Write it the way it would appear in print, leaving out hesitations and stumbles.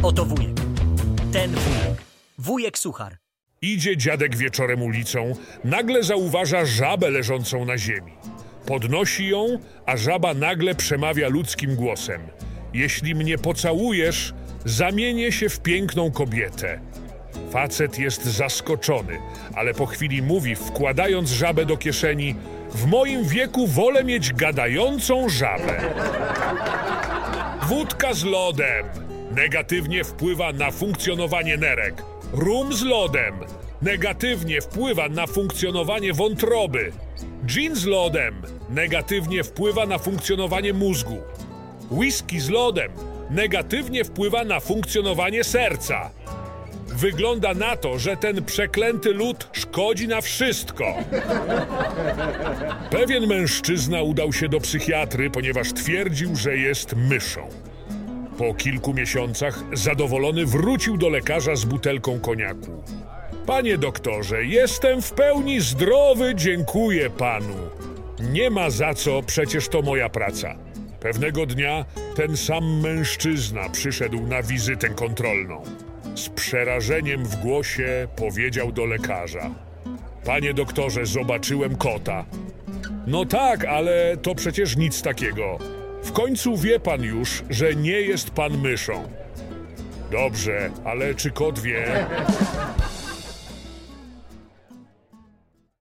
Oto wujek. Ten wujek. Wujek Suchar. Idzie dziadek wieczorem ulicą, nagle zauważa żabę leżącą na ziemi. Podnosi ją, a żaba nagle przemawia ludzkim głosem. Jeśli mnie pocałujesz, zamienię się w piękną kobietę. Facet jest zaskoczony, ale po chwili mówi, wkładając żabę do kieszeni: w moim wieku wolę mieć gadającą żabę. Wódka z lodem negatywnie wpływa na funkcjonowanie nerek. Rum z lodem negatywnie wpływa na funkcjonowanie wątroby. Gin z lodem negatywnie wpływa na funkcjonowanie mózgu. Whisky z lodem negatywnie wpływa na funkcjonowanie serca. Wygląda na to, że ten przeklęty lód szkodzi na wszystko. Pewien mężczyzna udał się do psychiatry, ponieważ twierdził, że jest myszą. Po kilku miesiącach zadowolony wrócił do lekarza z butelką koniaku. Panie doktorze, jestem w pełni zdrowy, dziękuję panu. Nie ma za co, przecież to moja praca. Pewnego dnia ten sam mężczyzna przyszedł na wizytę kontrolną. Z przerażeniem w głosie powiedział do lekarza: panie doktorze, zobaczyłem kota. No tak, ale to przecież nic takiego. W końcu wie pan już, że nie jest pan myszą. Dobrze, ale czy kot wie?